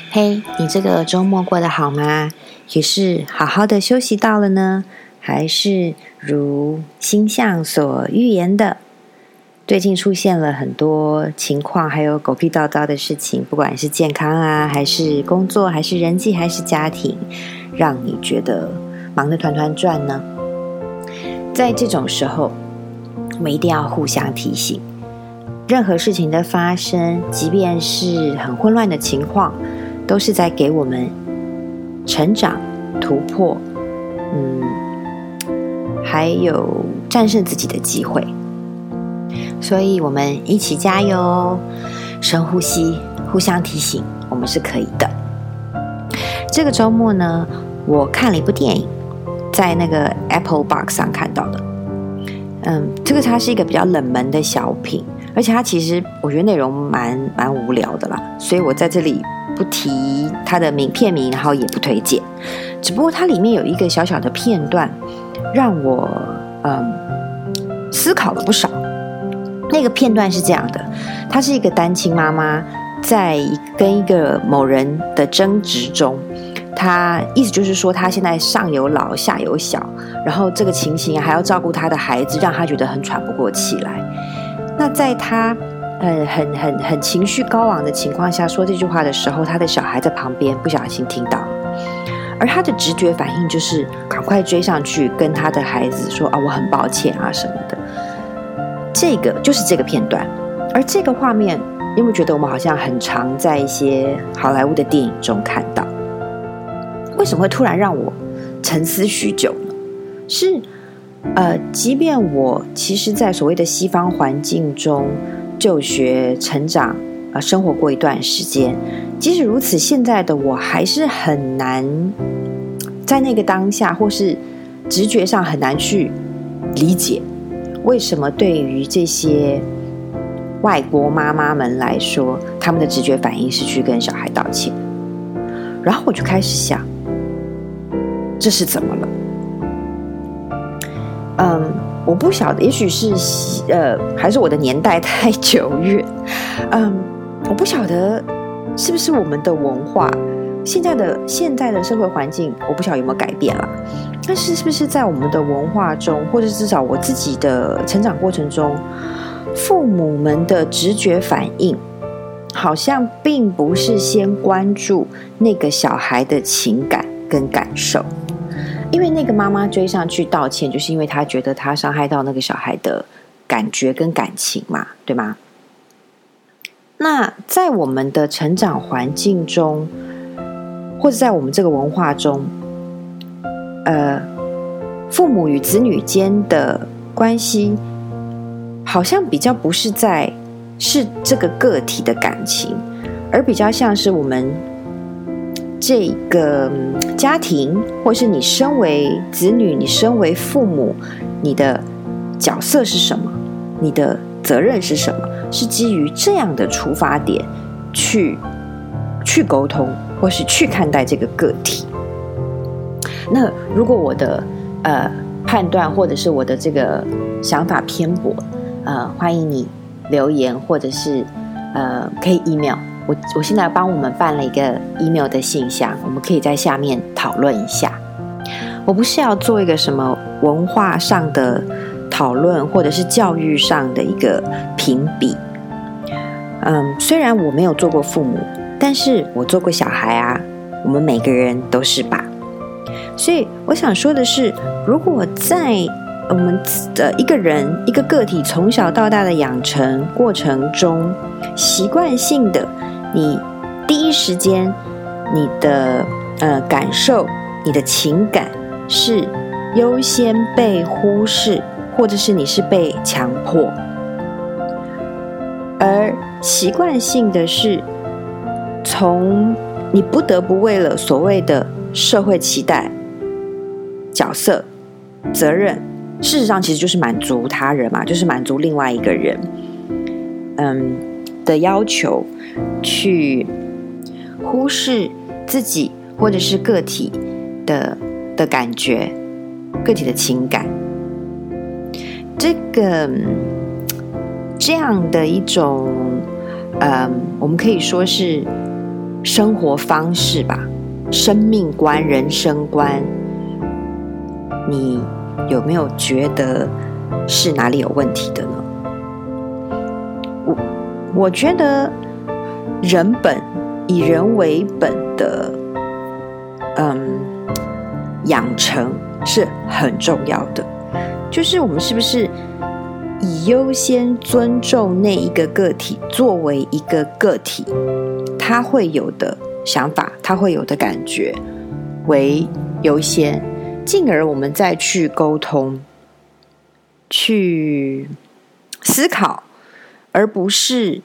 嘿，你这个周末过得好吗？也是好好的休息到了呢，还是如星象所预言的，最近出现了很多情况，还有狗屁叨叨的事情，不管是健康啊，还是工作，还是人际，还是家庭，让你觉得忙得团团转呢？在这种时候，我们一定要互相提醒，任何事情的发生，即便是很混乱的情况，都是在给我们成长、突破，还有战胜自己的机会。所以我们一起加油，深呼吸，互相提醒，我们是可以的。这个周末呢，我看了一部电影，在那个 Apple Box 上看到的。这个它是一个比较冷门的小品，而且它其实我觉得内容蛮无聊的啦，所以我在这里不提它的片名，然后也不推荐。只不过它里面有一个小小的片段，让我思考了不少。那个片段是这样的，她是一个单亲妈妈，在跟一个某人的争执中，她意思就是说，她现在上有老下有小，然后这个情形还要照顾她的孩子，让她觉得很喘不过气来。那在她很情绪高昂的情况下说这句话的时候，她的小孩在旁边不小心听到了，而她的直觉反应就是赶快追上去跟她的孩子说我很抱歉啊什么的。这个就是这个片段，而这个画面，你有没有觉得我们好像很常在一些好莱坞的电影中看到？为什么会突然让我沉思许久呢？是即便我其实在所谓的西方环境中就学成长生活过一段时间，即使如此，现在的我还是很难在那个当下或是直觉上很难去理解为什么对于这些外国妈妈们来说，他们的直觉反应是去跟小孩道歉。然后我就开始想，这是怎么了？我不晓得，也许是还是我的年代太久远。我不晓得是不是我们的文化，现在的社会环境，我不晓得有没有改变了。但是不是在我们的文化中，或者至少我自己的成长过程中，父母们的直觉反应好像并不是先关注那个小孩的情感跟感受，因为那个妈妈追上去道歉，就是因为她觉得她伤害到那个小孩的感觉跟感情嘛，对吗？那在我们的成长环境中，或者在我们这个文化中，父母与子女间的关系好像比较不是这个个体的感情，而比较像是我们这个家庭，或是你身为子女，你身为父母，你的角色是什么，你的责任是什么，是基于这样的出发点去沟通，或是去看待这个个体。那如果我的判断或者是我的这个想法偏颇，欢迎你留言，或者是可以 email 我现在帮我们办了一个 email 的信箱，我们可以在下面讨论一下。我不是要做一个什么文化上的讨论，或者是教育上的一个评比。虽然我没有做过父母，但是我做过小孩啊，我们每个人都是吧。所以我想说的是，如果在我们的一个人一个个体从小到大的养成过程中，习惯性的你第一时间你的感受，你的情感是优先被忽视，或者是你是被强迫，而习惯性的是从你不得不为了所谓的社会期待、角色、责任，事实上其实就是满足他人嘛，就是满足另外一个人的要求，去忽视自己或者是个体的感觉，个体的情感。这样的一种我们可以说是生活方式吧，生命观、人生观，你有没有觉得是哪里有问题的呢？我觉得人本，以人为本的养成是很重要的，就是我们是不是以优先尊重那一个个体作为一个个体他会有的想法，他会有的感觉为优先，进而我们再去沟通，去思考，而不是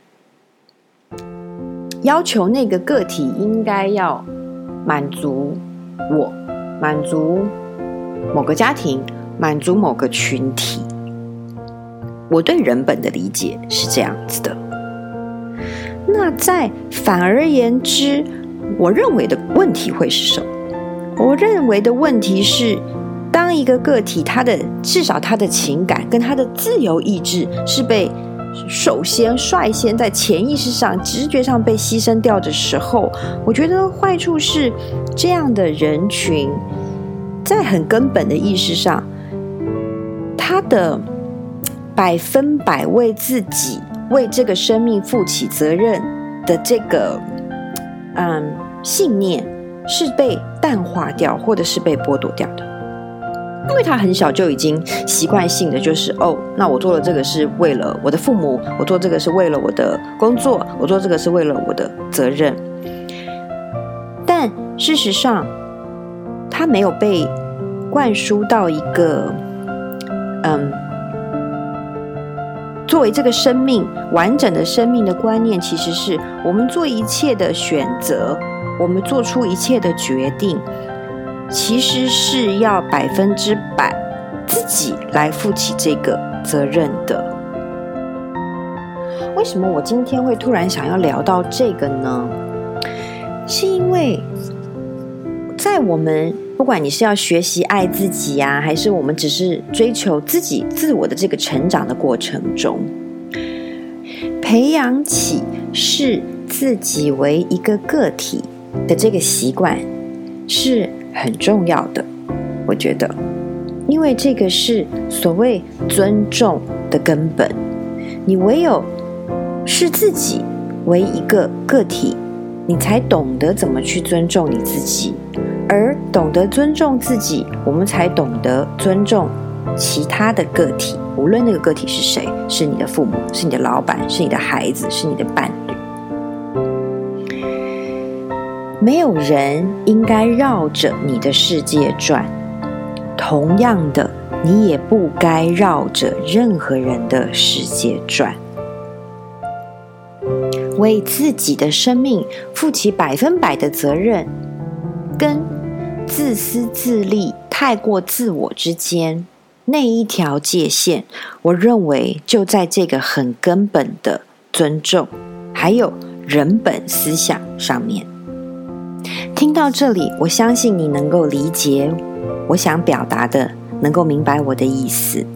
要求那个个体应该要满足我，满足某个家庭，满足某个群体。我对人本的理解是这样子的。那反而言之，我认为的问题会是什么？我认为的问题是，当一个个体至少他的情感跟他的自由意志是被率先在潜意识上、直觉上被牺牲掉的时候，我觉得坏处是这样的人群在很根本的意识上，他的100%为自己、为这个生命负起责任的这个信念是被淡化掉，或者是被剥夺掉的。因为他很小就已经习惯性的就是那我做了这个是为了我的父母，我做这个是为了我的工作，我做这个是为了我的责任。但事实上他没有被灌输到一个作为这个生命完整的生命的观念，其实是我们做一切的选择，我们做出一切的决定，其实是要100%自己来负起这个责任的。为什么我今天会突然想要聊到这个呢？是因为在我们不管你是要学习爱自己啊，还是我们只是追求自己自我的这个成长的过程中，培养起视自己为一个个体的这个习惯是很重要的，我觉得，因为这个是所谓尊重的根本。你唯有视自己为一个个体，你才懂得怎么去尊重你自己，而懂得尊重自己，我们才懂得尊重其他的个体，无论那个个体是谁，是你的父母，是你的老板，是你的孩子，是你的伴侣。没有人应该绕着你的世界转，同样的，你也不该绕着任何人的世界转。为自己的生命负起100%的责任，跟自私自利、太过自我之间那一条界限，我认为就在这个很根本的尊重，还有人本思想上面。听到这里，我相信你能够理解我想表达的，能够明白我的意思。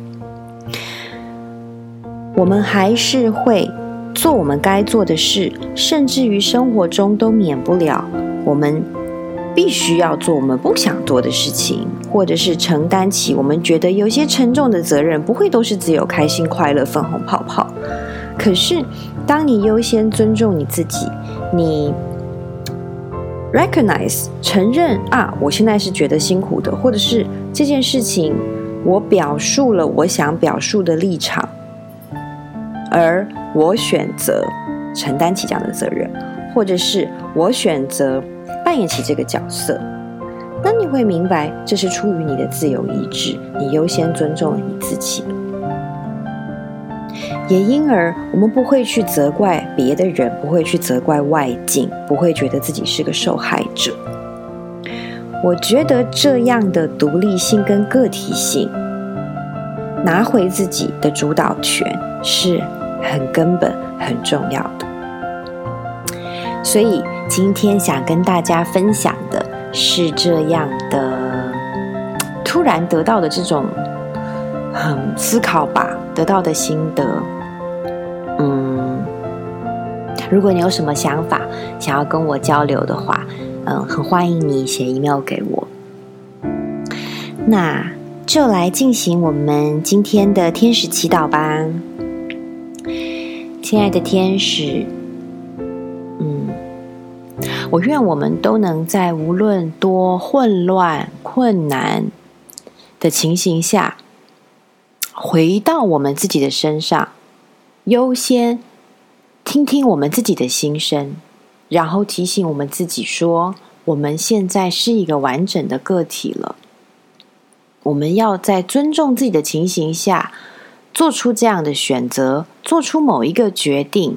我们还是会做我们该做的事，甚至于生活中都免不了我们必须要做我们不想做的事情，或者是承担起我们觉得有些沉重的责任，不会都是只有开心快乐粉红泡泡。可是当你优先尊重你自己，你 recognize 承认我现在是觉得辛苦的，或者是这件事情我表述了我想表述的立场，而我选择承担起这样的责任，或者是我选择扮演起这个角色，那你会明白这是出于你的自由意志，你优先尊重了你自己。也因而我们不会去责怪别的人，不会去责怪外境，不会觉得自己是个受害者。我觉得这样的独立性跟个体性，拿回自己的主导权是很根本很重要的。所以今天想跟大家分享的是这样的突然得到的这种思考吧，得到的心得。 如果你有什么想法想要跟我交流的话，很欢迎你写 email 给我。那就来进行我们今天的天使祈祷吧。亲爱的天使，我愿我们都能在无论多混乱、困难的情形下，回到我们自己的身上，优先听听我们自己的心声，然后提醒我们自己说，我们现在是一个完整的个体了。我们要在尊重自己的情形下，做出这样的选择，做出某一个决定，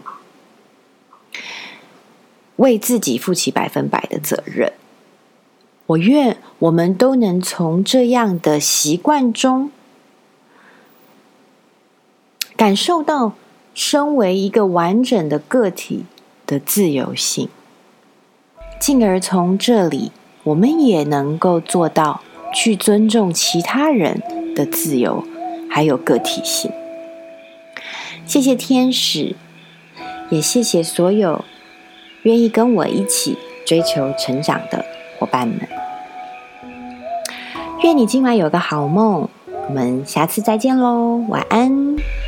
为自己负起100%的责任。我愿我们都能从这样的习惯中感受到身为一个完整的个体的自由性，进而从这里我们也能够做到去尊重其他人的自由还有个体性。谢谢天使，也谢谢所有愿意跟我一起追求成长的伙伴们。愿你今晚有个好梦，我们下次再见喽，晚安。